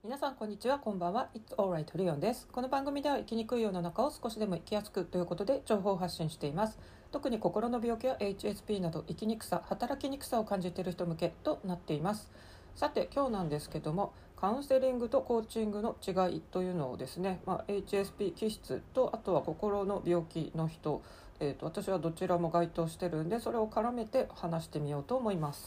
皆さんこんにちは、こんばんは。 It's alright リオンです。この番組では生きにくい世の中を少しでも生きやすくということで情報を発信しています。特に心の病気や HSP など生きにくさ、働きにくさを感じている人向けとなっています。さて今日なんですけども、カウンセリングとコーチングの違いというのをですね、HSP 気質とあとは心の病気の人、私はどちらも該当してるんで、それを絡めて話してみようと思います。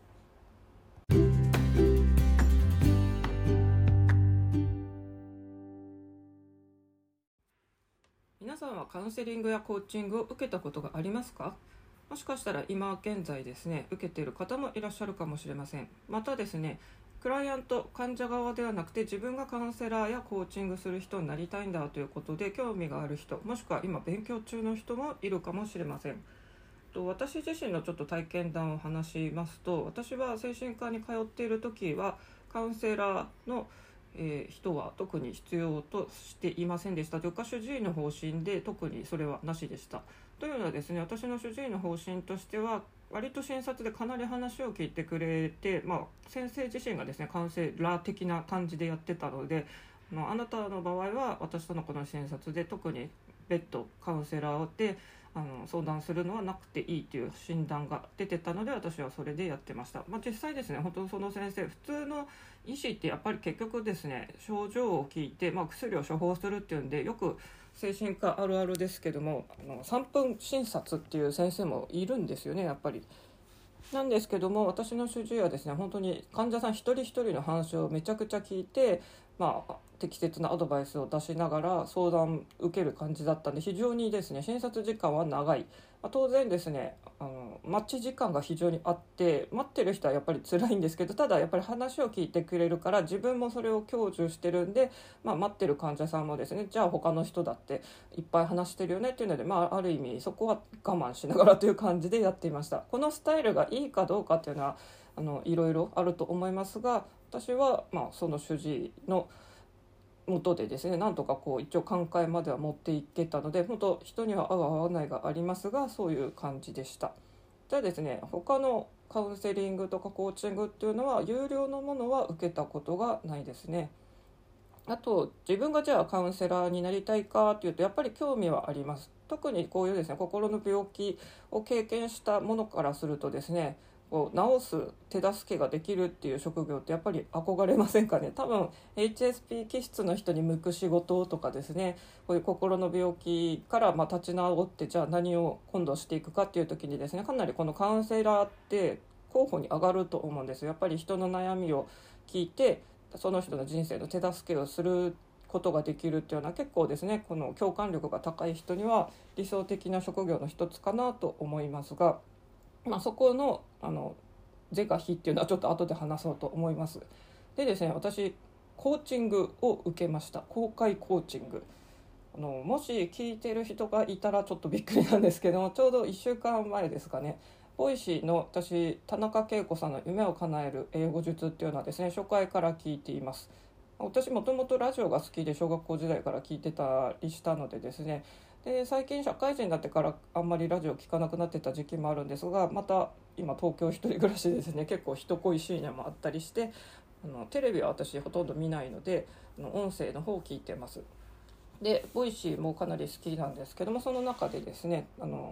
皆さんはカウンセリングやコーチングを受けたことがありますか？もしかしたら今現在ですね、受けている方もいらっしゃるかもしれません。またですね、クライアント、患者側ではなくて自分がカウンセラーやコーチングする人になりたいんだということで興味がある人、もしくは今勉強中の人もいるかもしれません。私自身のちょっと体験談を話しますと、私は精神科に通っている時はカウンセラーの人は特に必要としていませんでした。というか主治医の方針で特にそれはなしでした。というのはですね、私の主治医の方針としては割と診察でかなり話を聞いてくれて、先生自身がですねカウンセラー的な感じでやってたので、あなたの場合は私とのこの診察で特に別途カウンセラーで相談するのはなくていいという診断が出てたので、私はそれでやってました。実際ですね、本当その先生、普通の医師ってやっぱり結局ですね、症状を聞いて、薬を処方するっていうんで、よく精神科あるあるですけども、3分診察っていう先生もいるんですよね、やっぱり。なんですけども、私の主治医はですね、本当に患者さん一人一人の話をめちゃくちゃ聞いて、適切なアドバイスを出しながら相談受ける感じだったんで、非常にですね診察時間は長い。当然ですね待ち時間が非常にあって、待ってる人はやっぱり辛いんですけど、ただやっぱり話を聞いてくれるから自分もそれを享受してるんで、待ってる患者さんもですね、じゃあ他の人だっていっぱい話してるよねっていうので、ある意味そこは我慢しながらという感じでやっていました。このスタイルがいいかどうかっていうのはいろいろあると思いますが、私はその主治医の元でですね、なんとか一応寛解までは持っていけたので、本当人には合う合わないがありますが、そういう感じでした。じゃあですね、他のカウンセリングとかコーチングっていうのは有料のものは受けたことがないですね。あと自分がじゃあカウンセラーになりたいかっていうと、やっぱり興味はあります。特にこういうですね心の病気を経験したものからするとですね、治す手助けができるっていう職業ってやっぱり憧れませんかね。多分 HSP 気質の人に向く仕事とかですね、こういう心の病気から立ち直って、じゃあ何を今度していくかっていう時にですね、かなりこのカウンセラーって候補に上がると思うんですよ。やっぱり人の悩みを聞いてその人の人生の手助けをすることができるっていうのは結構ですね、この共感力が高い人には理想的な職業の一つかなと思いますが、そこの是か非っていうのはちょっと後で話そうと思います。でですね、私コーチングを受けました。公開コーチング。もし聞いてる人がいたらちょっとびっくりなんですけども、ちょうど1週間前ですかね、ボイシーの私田中恵子さんの夢を叶える英語術っていうのはですね、初回から聞いています。私もともとラジオが好きで小学校時代から聞いてたりしたのでですね、で最近社会人になってからあんまりラジオ聞かなくなってた時期もあるんですが、また今東京一人暮らしでですね、結構人恋しい年もあったりして、テレビは私ほとんど見ないので音声の方を聞いてます。でボイシーもかなり好きなんですけども、その中でですね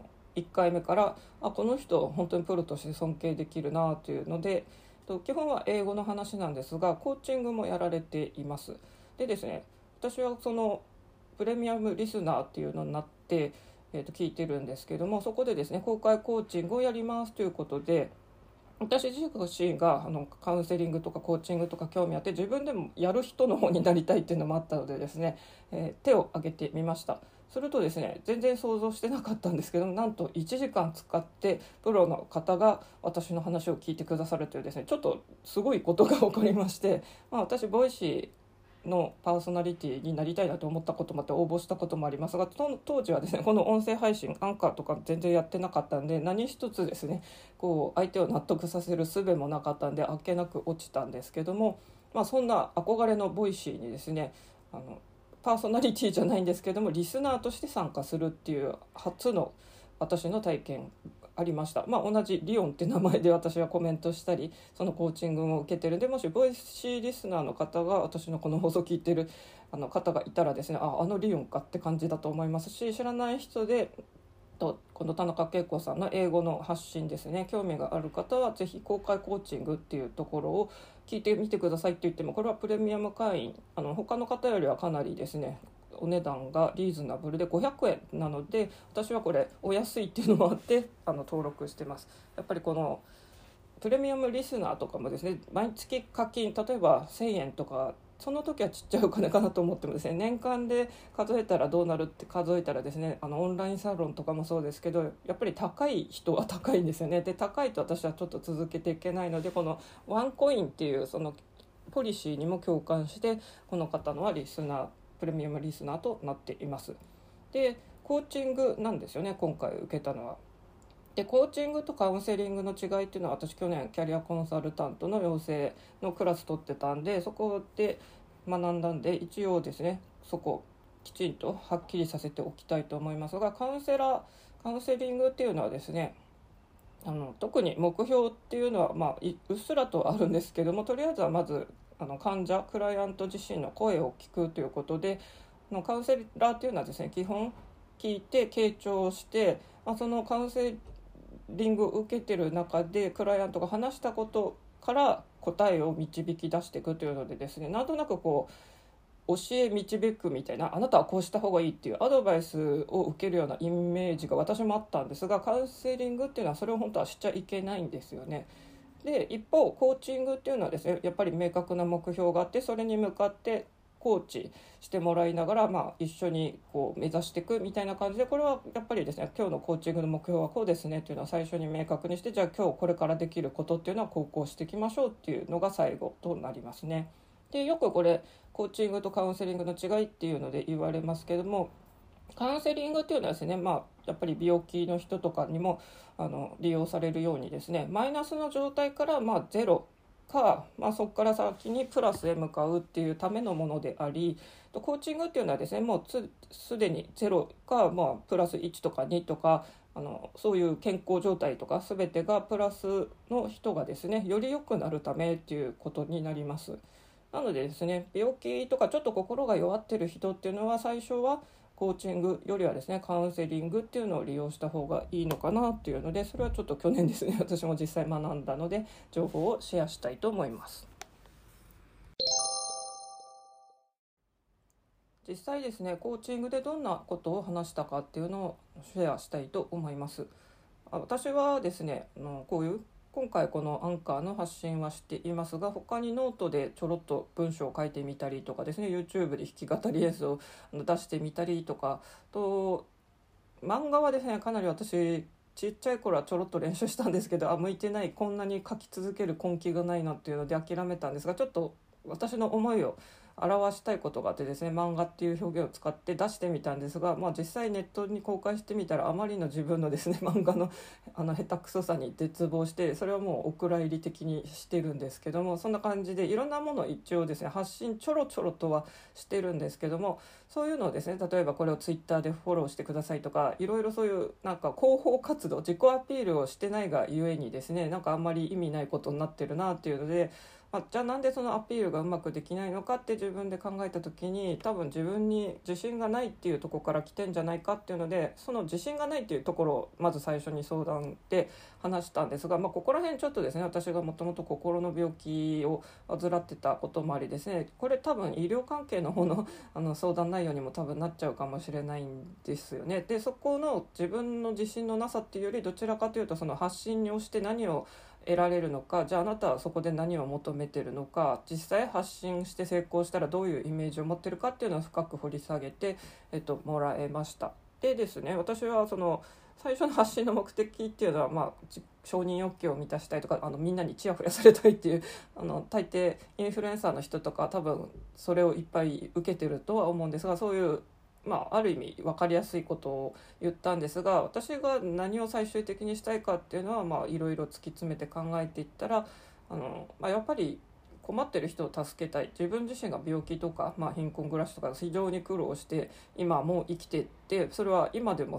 1回目からこの人本当にプロとして尊敬できるなというので、基本は英語の話なんですがコーチングもやられています。でですね、私はそのプレミアムリスナーっていうのになって、聞いてるんですけども、そこでですね公開コーチングをやりますということで、私自身がカウンセリングとかコーチングとか興味あって、自分でもやる人の方になりたいっていうのもあったのでですね、手を挙げてみました。するとですね、全然想像してなかったんですけど、なんと1時間使ってプロの方が私の話を聞いてくださるというですね、ちょっとすごいことが起こりまして、私ボイシーのパーソナリティになりたいなと思ったこともあって応募したこともありますが、当時はですねこの音声配信アンカーとか全然やってなかったんで、何一つですね相手を納得させる術もなかったんであっけなく落ちたんですけども、そんな憧れのボイシーにですねパーソナリティじゃないんですけどもリスナーとして参加するっていう初の私の体験ありました。同じリオンって名前で私はコメントしたりそのコーチングも受けてるんで、もしボイシーリスナーの方が私のこの放送を聞いてる方がいたらですね、あのリオンかって感じだと思いますし、知らない人でこの田中恵子さんの英語の発信ですね、興味がある方はぜひ公開コーチングっていうところを聞いてみてくださいって言っても、これはプレミアム会員他の方よりはかなりですねお値段がリーズナブルで500円なので、私はこれお安いっていうのもあって登録してます。やっぱりこのプレミアムリスナーとかもですね、毎月課金例えば1000円とか、その時はちっちゃいお金かなと思ってもですね、年間で数えたらどうなるって数えたらですね、オンラインサロンとかもそうですけど、やっぱり高い人は高いんですよね。で高いと私はちょっと続けていけないので、このワンコインっていうそのポリシーにも共感して、この方のはプレミアムリスナーとなっています。でコーチングなんですよね、今回受けたのは。でコーチングとカウンセリングの違いっていうのは、私去年キャリアコンサルタントの養成のクラス取ってたんで、そこで学んだんで、一応ですねそこきちんとはっきりさせておきたいと思いますが、カウンセリングっていうのはですね、特に目標っていうのは、うっすらとあるんですけども、とりあえずはまず患者クライアント自身の声を聞くということで、カウンセラーっていうのはですね、基本聞いて傾聴して、そのカウンセリングを受けてる中でクライアントが話したことから答えを導き出していくというのでですね、なんとなくこう教え導くみたいな、あなたはこうした方がいいっていうアドバイスを受けるようなイメージが私もあったんですが、カウンセリングっていうのはそれを本当はしちゃいけないんですよね。で一方コーチングっていうのはですね、やっぱり明確な目標があって、それに向かってコーチしてもらいながら、一緒にこう目指していくみたいな感じで、これはやっぱりですね、今日のコーチングの目標はこうですねっていうのは最初に明確にして、じゃあ今日これからできることっていうのはこうしていきましょうっていうのが最後となりますね。でよくこれコーチングとカウンセリングの違いっていうので言われますけども、カウンセリングっていうのはですね、やっぱり病気の人とかにも利用されるようにですね、マイナスの状態からゼロか、そこから先にプラスへ向かうっていうためのものであり、コーチングっていうのはですね、もうすでにゼロか、プラス1とか2とか、そういう健康状態とか全てがプラスの人がですね、より良くなるためっていうことになります。なのでですね、病気とかちょっと心が弱ってる人っていうのは、最初はコーチングよりはですねカウンセリングっていうのを利用した方がいいのかなっていうので、それはちょっと去年ですね、私も実際学んだので情報をシェアしたいと思います。実際ですね、コーチングでどんなことを話したかっていうのをシェアしたいと思います。私はですね、こういう今回このアンカーの発信はしていますが、他にノートでちょろっと文章を書いてみたりとかですね、 YouTube で弾き語り演奏を出してみたりとかと、漫画はですねかなり私ちっちゃい頃はちょろっと練習したんですけど、向いてない、こんなに書き続ける根気がないなっていうので諦めたんですが、ちょっと私の思いを表したいことがあってですね、漫画っていう表現を使って出してみたんですが、実際ネットに公開してみたら、あまりの自分のですね漫画の下手くそさに絶望して、それはもうお蔵入り的にしてるんですけども、そんな感じでいろんなものを一応ですね発信ちょろちょろとはしてるんですけども、そういうのをですね、例えばこれをツイッターでフォローしてくださいとか、いろいろそういうなんか広報活動、自己アピールをしてないがゆえにですね、なんかあんまり意味ないことになってるなっていうので、じゃあなんでそのアピールがうまくできないのかって自分で考えた時に、多分自分に自信がないっていうところから来てんじゃないかっていうので、その自信がないっていうところをまず最初に相談で話したんですが、ここら辺ちょっとですね、私がもともと心の病気を患ってたこともありですね、これ多分医療関係の方の相談内容にも多分なっちゃうかもしれないんですよね。でそこの自分の自信のなさっていうより、どちらかというとその発信に押して何を得られるのか、じゃああなたはそこで何を求めてるのか、実際発信して成功したらどういうイメージを持ってるかっていうのを深く掘り下げて、もらえました。でですね、私はその最初の発信の目的っていうのは、承認欲求を満たしたいとか、みんなにチヤホヤされたいっていう大抵インフルエンサーの人とか多分それをいっぱい受けてるとは思うんですが、そういうある意味分かりやすいことを言ったんですが、私が何を最終的にしたいかっていうのはいろいろ突き詰めて考えていったら、やっぱり困ってる人を助けたい、自分自身が病気とか、貧困暮らしとか非常に苦労して今もう生きていって、それは今でも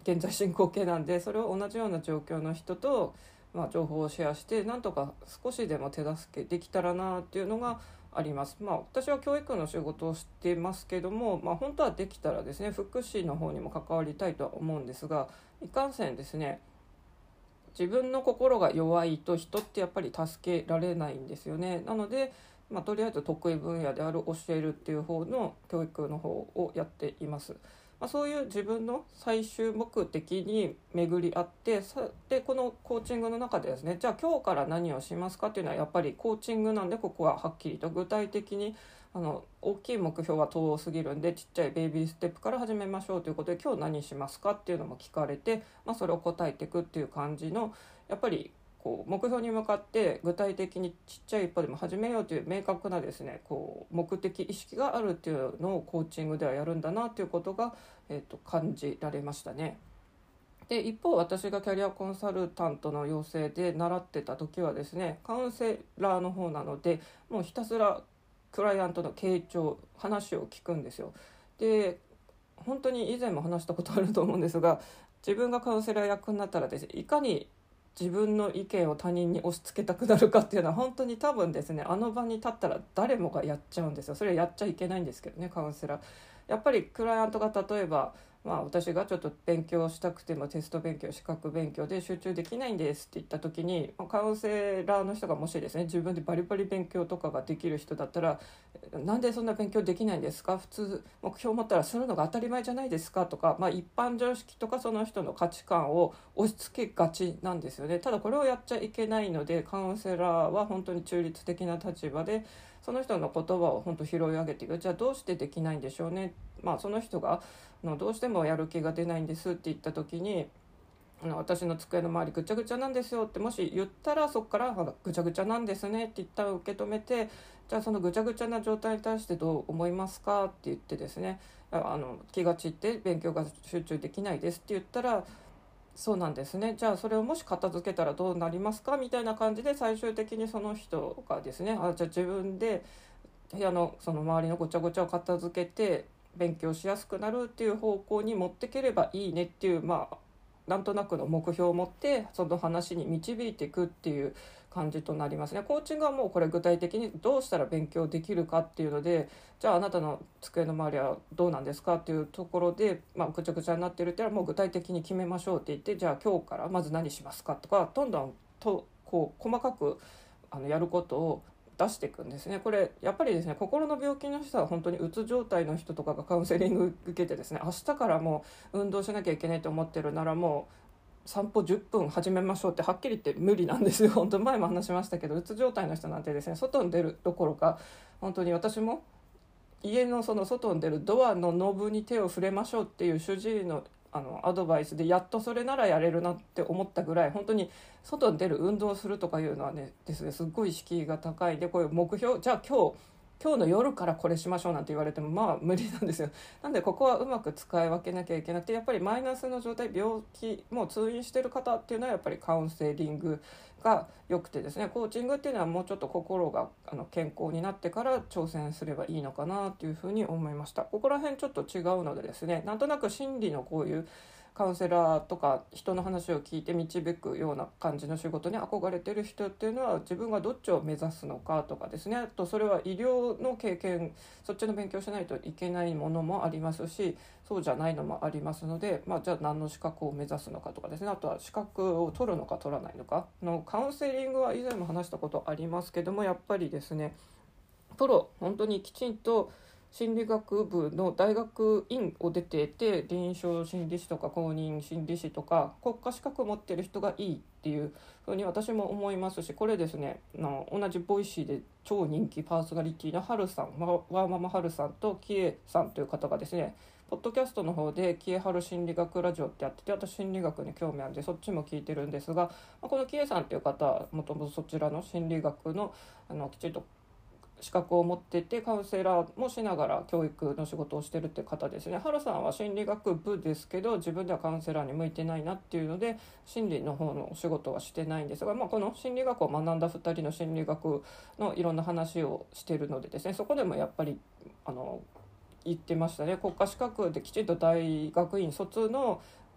現在進行形なんで、それを同じような状況の人と、情報をシェアしてなんとか少しでも手助けできたらなっていうのがあります。私は教育の仕事をしてますけども、本当はできたらですね福祉の方にも関わりたいとは思うんですが、いかんせんですね自分の心が弱いと人ってやっぱり助けられないんですよね。なので、とりあえず得意分野である教えるっていう方の教育の方をやっています。そういう自分の最終目的に巡り合ってでこのコーチングの中でですね、じゃあ今日から何をしますかっていうのはやっぱりコーチングなんで、ここははっきりと具体的に大きい目標は遠すぎるんでちっちゃいベイビーステップから始めましょうということで、今日何しますかっていうのも聞かれて、それを答えていくっていう感じの、やっぱり目標に向かって具体的にちっちゃい一歩でも始めようという明確なですね目的意識があるっていうのをコーチングではやるんだなということが、感じられましたね。で一方、私がキャリアコンサルタントの養成で習ってた時はですねカウンセラーの方なので、もうひたすらクライアントの傾聴話を聞くんですよ。で本当に以前も話したことあると思うんですが、自分がカウンセラー役になったらですね、いかに自分の意見を他人に押し付けたくなるかっていうのは本当に多分ですね、あの場に立ったら誰もがやっちゃうんですよ。それはやっちゃいけないんですけどね、カウンセラー。やっぱりクライアントが例えば、私がちょっと勉強したくてもテスト勉強資格勉強で集中できないんですって言った時に、カウンセラーの人がもしですね自分でバリバリ勉強とかができる人だったら、なんでそんな勉強できないんですか、普通目標を持ったらするのが当たり前じゃないですかとか、一般常識とかその人の価値観を押し付けがちなんですよね。ただこれをやっちゃいけないので、カウンセラーは本当に中立的な立場でその人の言葉を本当拾い上げていく。じゃあどうしてできないんでしょうね、その人がどうしてもやる気が出ないんですって言った時に、私の机の周りぐちゃぐちゃなんですよってもし言ったら、そこからぐちゃぐちゃなんですねって言ったら受け止めて、じゃあそのぐちゃぐちゃな状態に対してどう思いますかって言ってですね、気が散って勉強が集中できないですって言ったら、そうなんですね、じゃあそれをもし片付けたらどうなりますかみたいな感じで、最終的にその人がですね、じゃあ自分で部屋のその周りのごちゃごちゃを片付けて勉強しやすくなるっていう方向に持ってければいいねっていう、なんとなくの目標を持ってその話に導いていくっていう感じとなりますね。コーチングはもうこれ具体的にどうしたら勉強できるかっていうので、じゃああなたの机の周りはどうなんですかっていうところで、ぐちゃぐちゃになってるっていうのはもう具体的に決めましょうって言って、じゃあ今日からまず何しますかとか、どんどんと細かくやることを出していくんですね。これやっぱりですね、心の病気の人は本当にうつ状態の人とかがカウンセリング受けてですね、明日からもう運動しなきゃいけないと思ってるなら、もう散歩10分始めましょうってはっきり言って無理なんですよ。本当前も話しましたけど、うつ状態の人なんてですね、外に出るどころか、本当に私も家のその外に出るドアのノブに手を触れましょうっていう主治医のアドバイスでやっとそれならやれるなって思ったぐらい、本当に外に出る運動をするとかいうのはねですね、すっごい敷居が高いで、こういう目標、じゃあ今日の夜からこれしましょうなんて言われても無理なんですよ。なんでここはうまく使い分けなきゃいけなくて、やっぱりマイナスの状態、病気もう通院してる方っていうのはやっぱりカウンセリングが良くてですね、コーチングっていうのはもうちょっと心が健康になってから挑戦すればいいのかなというふうに思いました。ここら辺ちょっと違うのでですね、なんとなく心理のこういうカウンセラーとか人の話を聞いて導くような感じの仕事に憧れてる人っていうのは、自分がどっちを目指すのかとかですね、あとそれは医療の経験、そっちの勉強しないといけないものもありますし、そうじゃないのもありますので、じゃあ何の資格を目指すのかとかですね、あとは資格を取るのか取らないのかのカウンセリングは以前も話したことありますけども、やっぱりですね本当にきちんと心理学部の大学院を出ていて、臨床心理士とか公認心理士とか国家資格を持っている人がいいっていうふうに私も思いますし、これですね同じボイシーで超人気パーソナリティのハルさん、ワーママハルさんとキエさんという方がですね、ポッドキャストの方でキエハル心理学ラジオってやってて、私心理学に興味あるんでそっちも聞いてるんですが、このキエさんっていう方はもともとそちらの心理学のきちんと資格を持っててカウンセラーもしながら教育の仕事をしてるって方ですね。ハルさんは心理学部ですけど自分ではカウンセラーに向いてないなっていうので心理の方の仕事はしてないんですが、この心理学を学んだ2人の心理学のいろんな話をしてるのでですね、そこでもやっぱり言ってましたね。国家資格できちんと大学院卒の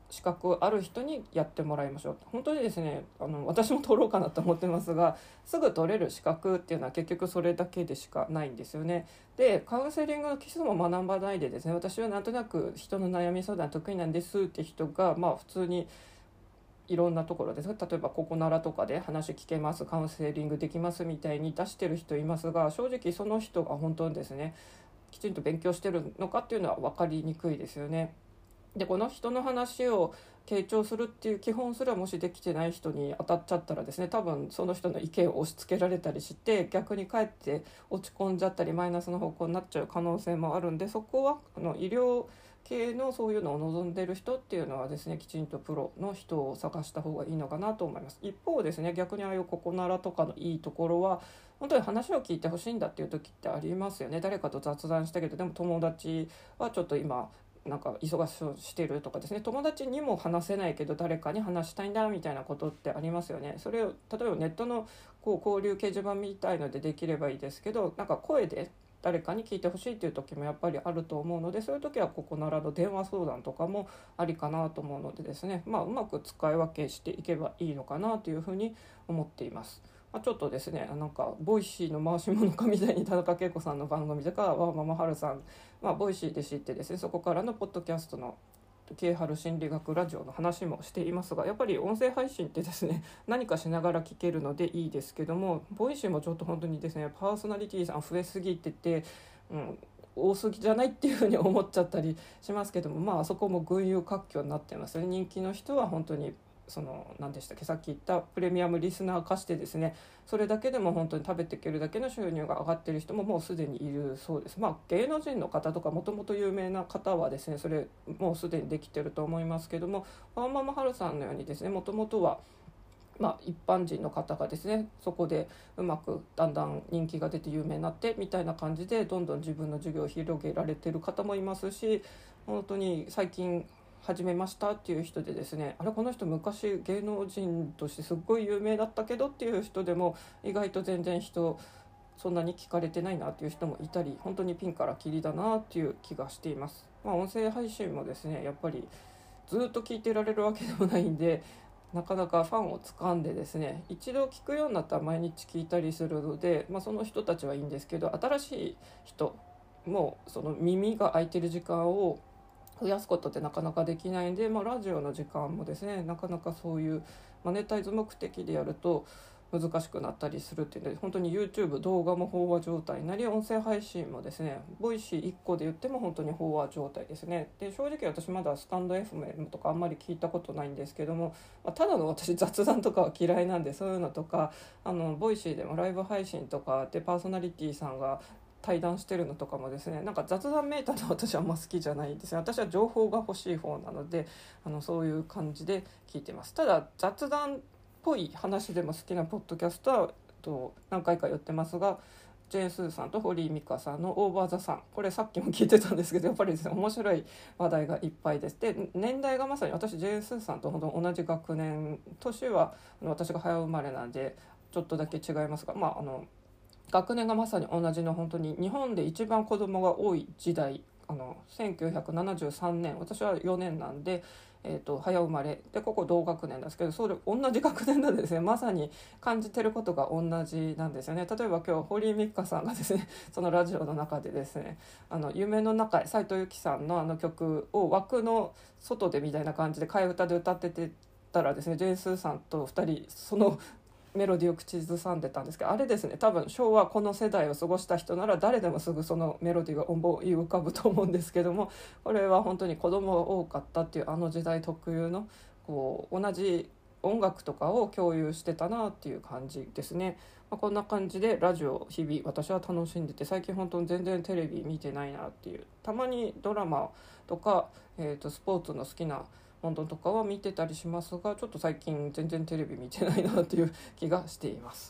資格ある人にやってもらいましょう。本当にですね、私も取ろうかなと思ってますが、すぐ取れる資格っていうのは結局それだけでしかないんですよね。でカウンセリングの基礎も学ばないでですね、私はなんとなく人の悩み相談得意なんですって人が普通にいろんなところです、例えばここならとかで話聞けます、カウンセリングできますみたいに出してる人いますが、正直その人が本当にですねきちんと勉強してるのかっていうのは分かりにくいですよね。でこの人の話を傾聴するっていう基本すらもしできてない人に当たっちゃったらですね、多分その人の意見を押し付けられたりして逆にかえって落ち込んじゃったりマイナスの方向になっちゃう可能性もあるんで、そこは医療系のそういうのを望んでる人っていうのはですね、きちんとプロの人を探した方がいいのかなと思います。一方ですね、逆にああいうここならとかのいいところは本当に話を聞いてほしいんだっていう時ってありますよね。誰かと雑談したけどでも友達はちょっと今なんか忙ししてるとかですね、友達にも話せないけど誰かに話したいんだみたいなことってありますよね。それを例えばネットの交流掲示板みたいのでできればいいですけど、なんか声で誰かに聞いてほしいっていう時もやっぱりあると思うので、そういう時はここならの電話相談とかもありかなと思うのでですね、うまく使い分けしていけばいいのかなというふうに思っています。ちょっとですね、なんかボイシーの回し物かみたいに田中恵子さんの番組とかワーママハルさん、ボイシーで知ってですね、そこからのポッドキャストの慶春心理学ラジオの話もしていますが、やっぱり音声配信ってですね何かしながら聞けるのでいいですけども、ボイシーもちょっと本当にですねパーソナリティさん増えすぎてて、多すぎじゃないっていうふうに思っちゃったりしますけども、あそこも群雄割拠になってますね。人気の人は本当に何でしたっけ、さっき言ったプレミアムリスナー化してですね、それだけでも本当に食べていけるだけの収入が上がっている人ももうすでにいるそうです。芸能人の方とかもともと有名な方はですねそれもうすでにできてると思いますけども、ワンママハルさんのようにですねもともとは一般人の方がですねそこでうまくだんだん人気が出て有名になってみたいな感じでどんどん自分の事業を広げられてる方もいますし、本当に最近始めましたっていう人でですね、あれこの人昔芸能人としてすっごい有名だったけどっていう人でも意外と全然そんなに聞かれてないなっていう人もいたり、本当にピンからキリだなっていう気がしています。音声配信もですねやっぱりずっと聞いてられるわけでもないんで、なかなかファンをつかんでですね一度聞くようになったら毎日聞いたりするので、その人たちはいいんですけど、新しい人もその耳が空いてる時間を増やすことってなかなかできないんで、ラジオの時間もですねなかなかそういうマネタイズ目的でやると難しくなったりするっていうので、本当に YouTube 動画も飽和状態になり、音声配信もですねボイシー1個で言っても本当に飽和状態ですね。で正直私まだスタンド FM とかあんまり聞いたことないんですけども、ただの私雑談とかは嫌いなんで、そういうのとかボイシーでもライブ配信とかでパーソナリティさんが対談してるのとかもですね、なんか雑談めいたの私はあんま好きじゃないですね。私は情報が欲しい方なのでそういう感じで聞いてます。ただ雑談っぽい話でも好きなポッドキャストは何回か寄ってますが、ジェーン・スーさんと堀井美香さんのオーバー・ザ・さん、これさっきも聞いてたんですけどやっぱりですね面白い話題がいっぱいです。で年代がまさに私ジェーン・スーさんと同じ学年、年は私が早生まれなんでちょっとだけ違いますが、学年がまさに同じの本当に日本で一番子供が多い時代、1973年、私は4年なんで、早生まれでここ同学年なんですけど、それ同じ学年なんでですねまさに感じてることが同じなんですよね。例えば今日堀井美香さんがですねそのラジオの中でですね夢の中へ斉藤由貴さんの曲を枠の外でみたいな感じで替え歌で歌っててたらですね、ジェーン・スーさんと2人そのメロディーを口ずさんでたんですけど、あれですね多分昭和この世代を過ごした人なら誰でもすぐそのメロディーが思い浮かぶと思うんですけども、これは本当に子供が多かったっていう時代特有の同じ音楽とかを共有してたなっていう感じですね。こんな感じでラジオ日々私は楽しんでて、最近本当に全然テレビ見てないなっていう、たまにドラマとか、スポーツの好きなものとかは見てたりしますが、ちょっと最近全然テレビ見てないなっていう気がしています。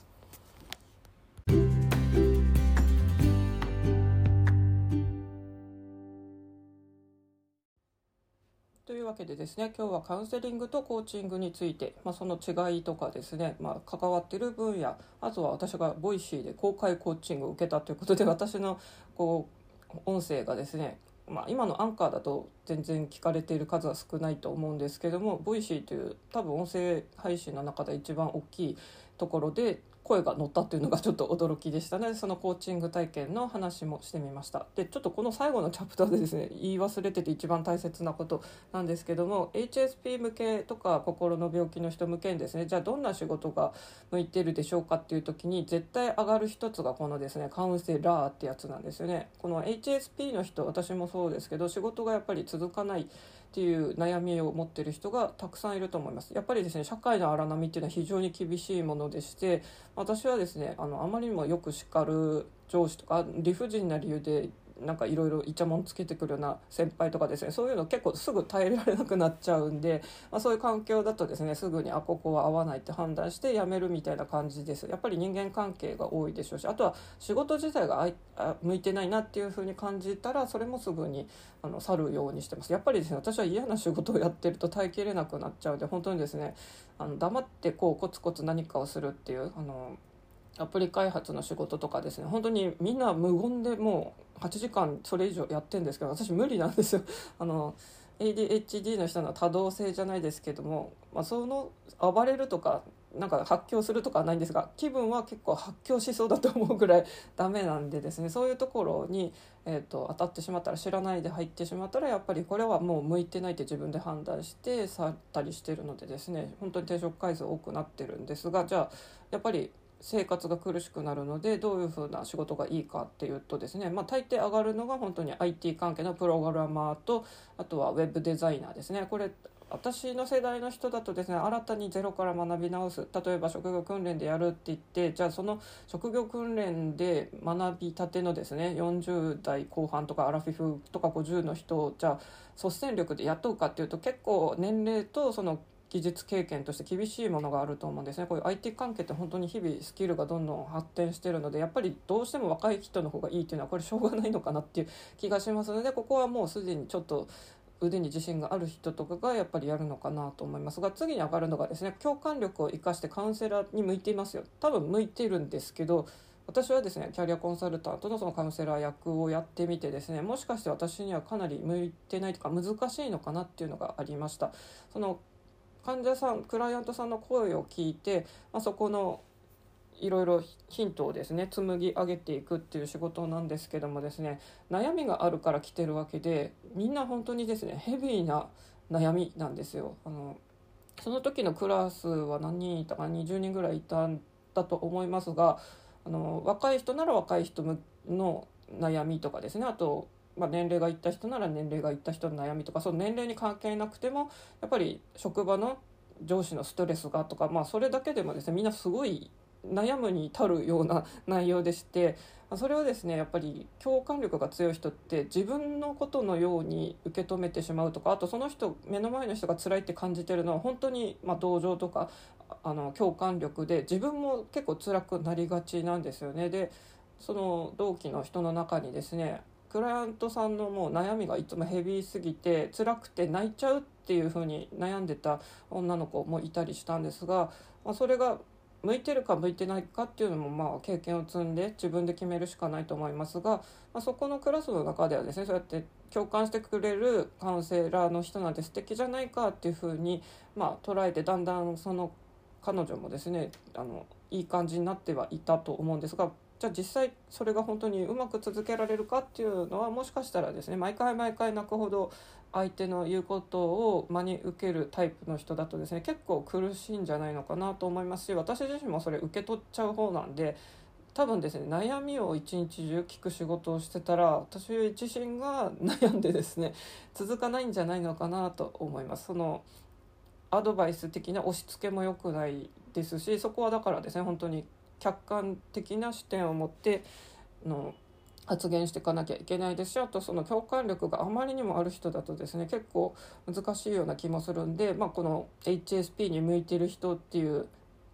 というわけでですね、今日はカウンセリングとコーチングについて、その違いとかですね、関わっている分野、あとは私がボイシーで公開コーチングを受けたということで、私の音声がですね今のアンカーだと全然聞かれている数は少ないと思うんですけども、ボイシーという多分音声配信の中で一番大きいところで声が乗ったっていうのがちょっと驚きでしたね。そのコーチング体験の話もしてみました。でちょっとこの最後のチャプターでですね、言い忘れてて一番大切なことなんですけども、 HSP 向けとか心の病気の人向けにですね、じゃあどんな仕事が向いてるでしょうかっていう時に絶対上がる一つがこのですね、カウンセラーってやつなんですよね。この HSP の人、私もそうですけど、仕事がやっぱり続かないっていう悩みを持っている人がたくさんいると思います。やっぱりですね、社会の荒波っていうのは非常に厳しいものでして、私はですね、あまりにもよく叱る上司とか理不尽な理由でなんかいろいろイチャモンつけてくるような先輩とかですね、そういうの結構すぐ耐えられなくなっちゃうんで、そういう環境だとですね、すぐにここは合わないって判断して辞めるみたいな感じです。やっぱり人間関係が多いでしょうし、あとは仕事自体が向いてないなっていう風に感じたら、それもすぐに去るようにしてます。やっぱりですね、私は嫌な仕事をやってると耐えきれなくなっちゃうんで、本当にですね、黙ってコツコツ何かをするっていうアプリ開発の仕事とかですね、本当にみんな無言でもう8時間それ以上やってるんですけど、私無理なんですよ。ADHD の人の多動性じゃないですけども、その暴れるとかなんか発狂するとかはないんですが、気分は結構発狂しそうだと思うぐらいダメなんでですね、そういうところに、当たってしまったら、知らないで入ってしまったら、やっぱりこれはもう向いてないって自分で判断して去ったりしてるのでですね、本当に転職回数多くなってるんですが、じゃあやっぱり生活が苦しくなるので、どういう風な仕事がいいかっていうとですね、大抵上がるのが本当に IT 関係のプログラマーと、あとはウェブデザイナーですね。これ私の世代の人だとですね、新たにゼロから学び直す、例えば職業訓練でやるって言って、じゃあその職業訓練で学びたてのですね、40代後半とかアラフィフとか50の人をじゃあ率先力で雇うかっていうと、結構年齢とその技術経験として厳しいものがあると思うんですね。こういう IT 関係って本当に日々スキルがどんどん発展しているので、やっぱりどうしても若い人の方がいいっていうのはこれしょうがないのかなっていう気がしますので、ここはもうすでにちょっと腕に自信がある人とかがやっぱりやるのかなと思いますが、次に上がるのがですね、共感力を生かしてカウンセラーに向いていますよ。多分向いているんですけど、私はですね、キャリアコンサルタントのそのカウンセラー役をやってみてですね、もしかして私にはかなり向いてないとか難しいのかなっていうのがありました。その患者さん、クライアントさんの声を聞いて、そこのいろいろヒントをですね紡ぎ上げていくっていう仕事なんですけどもですね、悩みがあるから来てるわけで、みんな本当にですねヘビーな悩みなんですよ。その時のクラスは何人いたか、20人ぐらいいたんだと思いますが、若い人なら若い人の悩みとかですね、あと年齢がいった人なら年齢がいった人の悩みとか、その年齢に関係なくてもやっぱり職場の上司のストレスがとか、それだけでもですねみんなすごい悩むに至るような内容でして、それをですねやっぱり共感力が強い人って自分のことのように受け止めてしまうとか、あとその人、目の前の人が辛いって感じてるのは本当に同情とか共感力で、自分も結構辛くなりがちなんですよね。でその同期の人の中にですね、クライアントさんのもう悩みがいつもヘビーすぎて辛くて泣いちゃうっていう風に悩んでた女の子もいたりしたんですが、それが向いてるか向いてないかっていうのも経験を積んで自分で決めるしかないと思いますが、そこのクラスの中ではですね、そうやって共感してくれるカウンセラーの人なんて素敵じゃないかっていう風に捉えて、だんだんその彼女もですねいい感じになってはいたと思うんですが、じゃあ実際それが本当にうまく続けられるかっていうのは、もしかしたらですね毎回泣くほど相手の言うことを真に受けるタイプの人だとですね、結構苦しいんじゃないのかなと思いますし、私自身もそれ受け取っちゃう方なんで、多分ですね悩みを一日中聞く仕事をしてたら、私自身が悩んでですね続かないんじゃないのかなと思います。そのアドバイス的な押し付けも良くないですし、そこはだからですね本当に客観的な視点を持って発言していかなきゃいけないですし、あとその共感力があまりにもある人だとですね結構難しいような気もするんで、この HSP に向いてる人っていう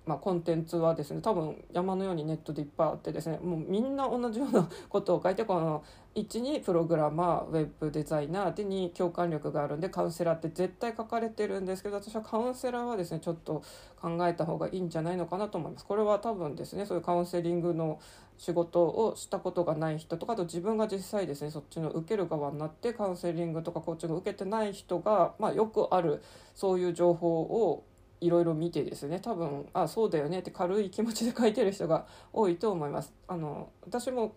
コンテンツはですね多分山のようにネットでいっぱいあってですね、もうみんな同じようなことを書いて、この1にプログラマー、ウェブデザイナーで2共感力があるんでカウンセラーって絶対書かれてるんですけど、私はカウンセラーはですねちょっと考えた方がいいんじゃないのかなと思います。これは多分ですねそういうカウンセリングの仕事をしたことがない人とか、あと自分が実際ですねそっちの受ける側になってカウンセリングとかコーチングを受けてない人が、よくあるそういう情報をいろいろ見てですね、多分そうだよねって軽い気持ちで書いてる人が多いと思います。私も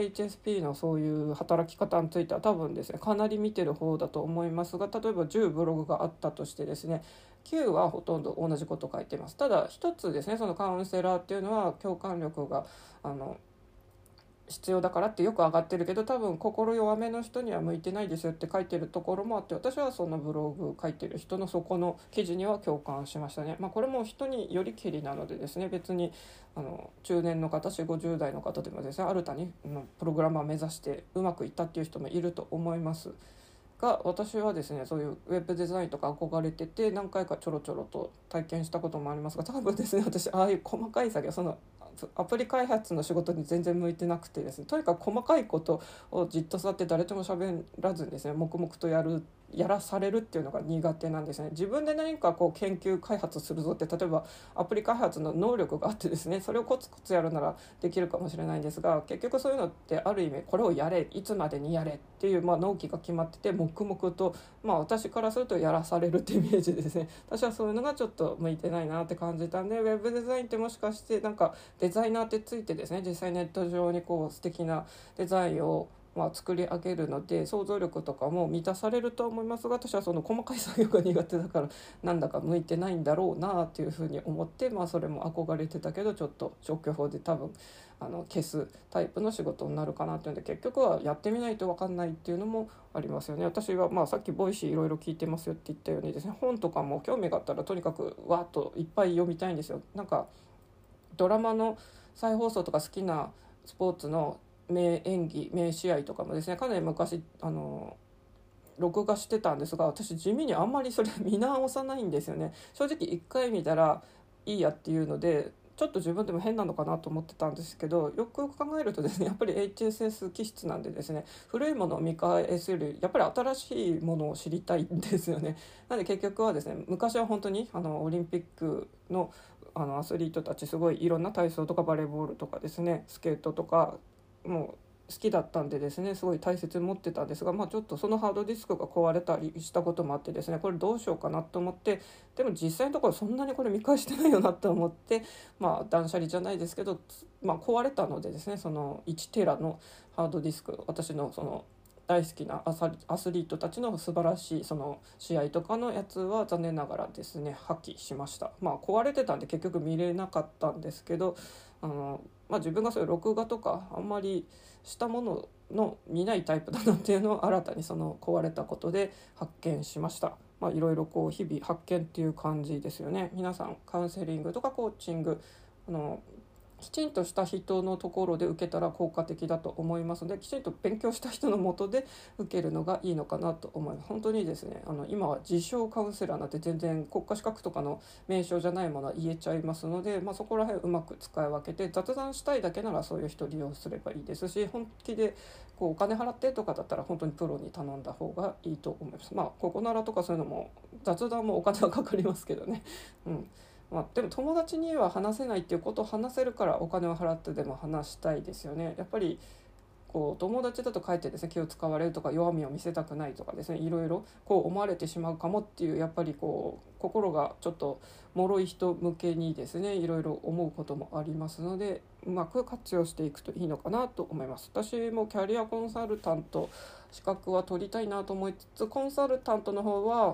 HSP のそういう働き方については多分ですねかなり見てる方だと思いますが、例えば10ブログがあったとしてですね9はほとんど同じことを書いています。ただ一つですね、そのカウンセラーっていうのは共感力が必要だからってよく上がってるけど、多分心弱めの人には向いてないですよって書いてるところもあって、私はそのブログ書いてる人のそこの記事には共感しましたね。これも人によりけりなのでですね、別に中年の方40、50代の方でもですね新たにプログラマー目指してうまくいったっていう人もいると思いますが、私はですねそういうウェブデザインとか憧れてて何回かちょろちょろと体験したこともありますが、多分ですね私ああいう細かい作業、そのアプリ開発の仕事に全然向いてなくてですね、とにかく細かいことをじっと座って誰とも喋らずにですね黙々とやらされるっていうのが苦手なんですね。自分で何か研究開発するぞって、例えばアプリ開発の能力があってですねそれをコツコツやるならできるかもしれないんですが、結局そういうのってある意味これをやれ、いつまでにやれっていう、納期が決まってて黙々と、私からするとやらされるっていうイメージでですね、私はそういうのがちょっと向いてないなって感じたんで、ウェブデザインってもしかしてデザイナーってついてですね、実際ネット上に素敵なデザインを作り上げるので想像力とかも満たされると思いますが、私はその細かい作業が苦手だからなんだか向いてないんだろうなっていうふうに思って、それも憧れてたけどちょっと消去法で多分消すタイプの仕事になるかなっていうので、結局はやってみないと分かんないっていうのもありますよね。私はさっきボイシーいろいろ聞いてますよって言ったようにですね、本とかも興味があったらとにかくわーっといっぱい読みたいんですよ。ドラマの再放送とか好きなスポーツの名演技名試合とかもですねかなり昔録画してたんですが、私地味にあんまりそれ見直さないんですよね。正直一回見たらいいやっていうのでちょっと自分でも変なのかなと思ってたんですけど、よくよく考えるとですねやっぱり HSS 気質なんでですね、古いものを見返すよりやっぱり新しいものを知りたいんですよね。なので結局はですね、昔は本当にオリンピックのアスリートたちすごいいろんな体操とかバレーボールとかですねスケートとかもう好きだったんでですねすごい大切に持ってたんですが、ちょっとそのハードディスクが壊れたりしたこともあってですね、これどうしようかなと思って、でも実際のところそんなにこれ見返してないよなと思って、断捨離じゃないですけど、壊れたのでですね、その1テラのハードディスク、私のその大好きなアスリートたちの素晴らしいその試合とかのやつは残念ながらですね破棄しました。壊れてたんで結局見れなかったんですけど、自分がそういう録画とかあんまりしたものの見ないタイプだなっていうのを新たにその壊れたことで発見しました。いろいろ日々発見っていう感じですよね。皆さんカウンセリングとかコーチングきちんとした人のところで受けたら効果的だと思いますので、きちんと勉強した人のもとで受けるのがいいのかなと思います。本当にですね今は自称カウンセラーなんて全然国家資格とかの名称じゃないものは言えちゃいますので、そこら辺うまく使い分けて、雑談したいだけならそういう人利用すればいいですし、本気でお金払ってとかだったら本当にプロに頼んだ方がいいと思います。ここならとかそういうのも雑談もお金はかかりますけどね。でも友達には話せないっていうことを話せるからお金を払ってでも話したいですよね。やっぱり友達だとかえってですね気を使われるとか弱みを見せたくないとかですね、いろいろ思われてしまうかもっていう、やっぱり心がちょっと脆い人向けにですねいろいろ思うこともありますので、うまく活用していくといいのかなと思います。私もキャリアコンサルタント資格は取りたいなと思いつつ、コンサルタントの方は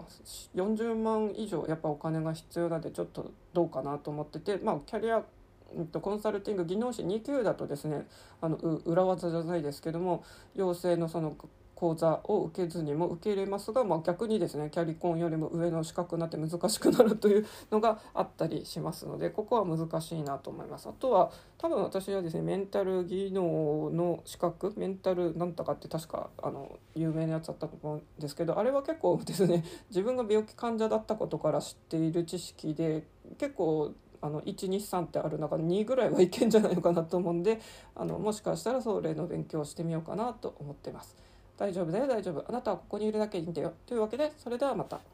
40万以上やっぱお金が必要なんでちょっとどうかなと思ってて、キャリアコンサルティング技能士2級だとですね裏技じゃないですけども養成のその講座を受けずにも受け入れますが、逆にですねキャリコンよりも上の資格になって難しくなるというのがあったりしますので、ここは難しいなと思います。あとは多分私はですねメンタル技能の資格、メンタルなんとかって確か有名なやつだったと思うんですけど、あれは結構ですね自分が病気患者だったことから知っている知識で、結構 123ってある中2ぐらいはいけんじゃないのかなと思うんで、もしかしたらそれの勉強をしてみようかなと思ってます。大丈夫だよ大丈夫、あなたはここにいるだけでいいんだよというわけで、それではまた。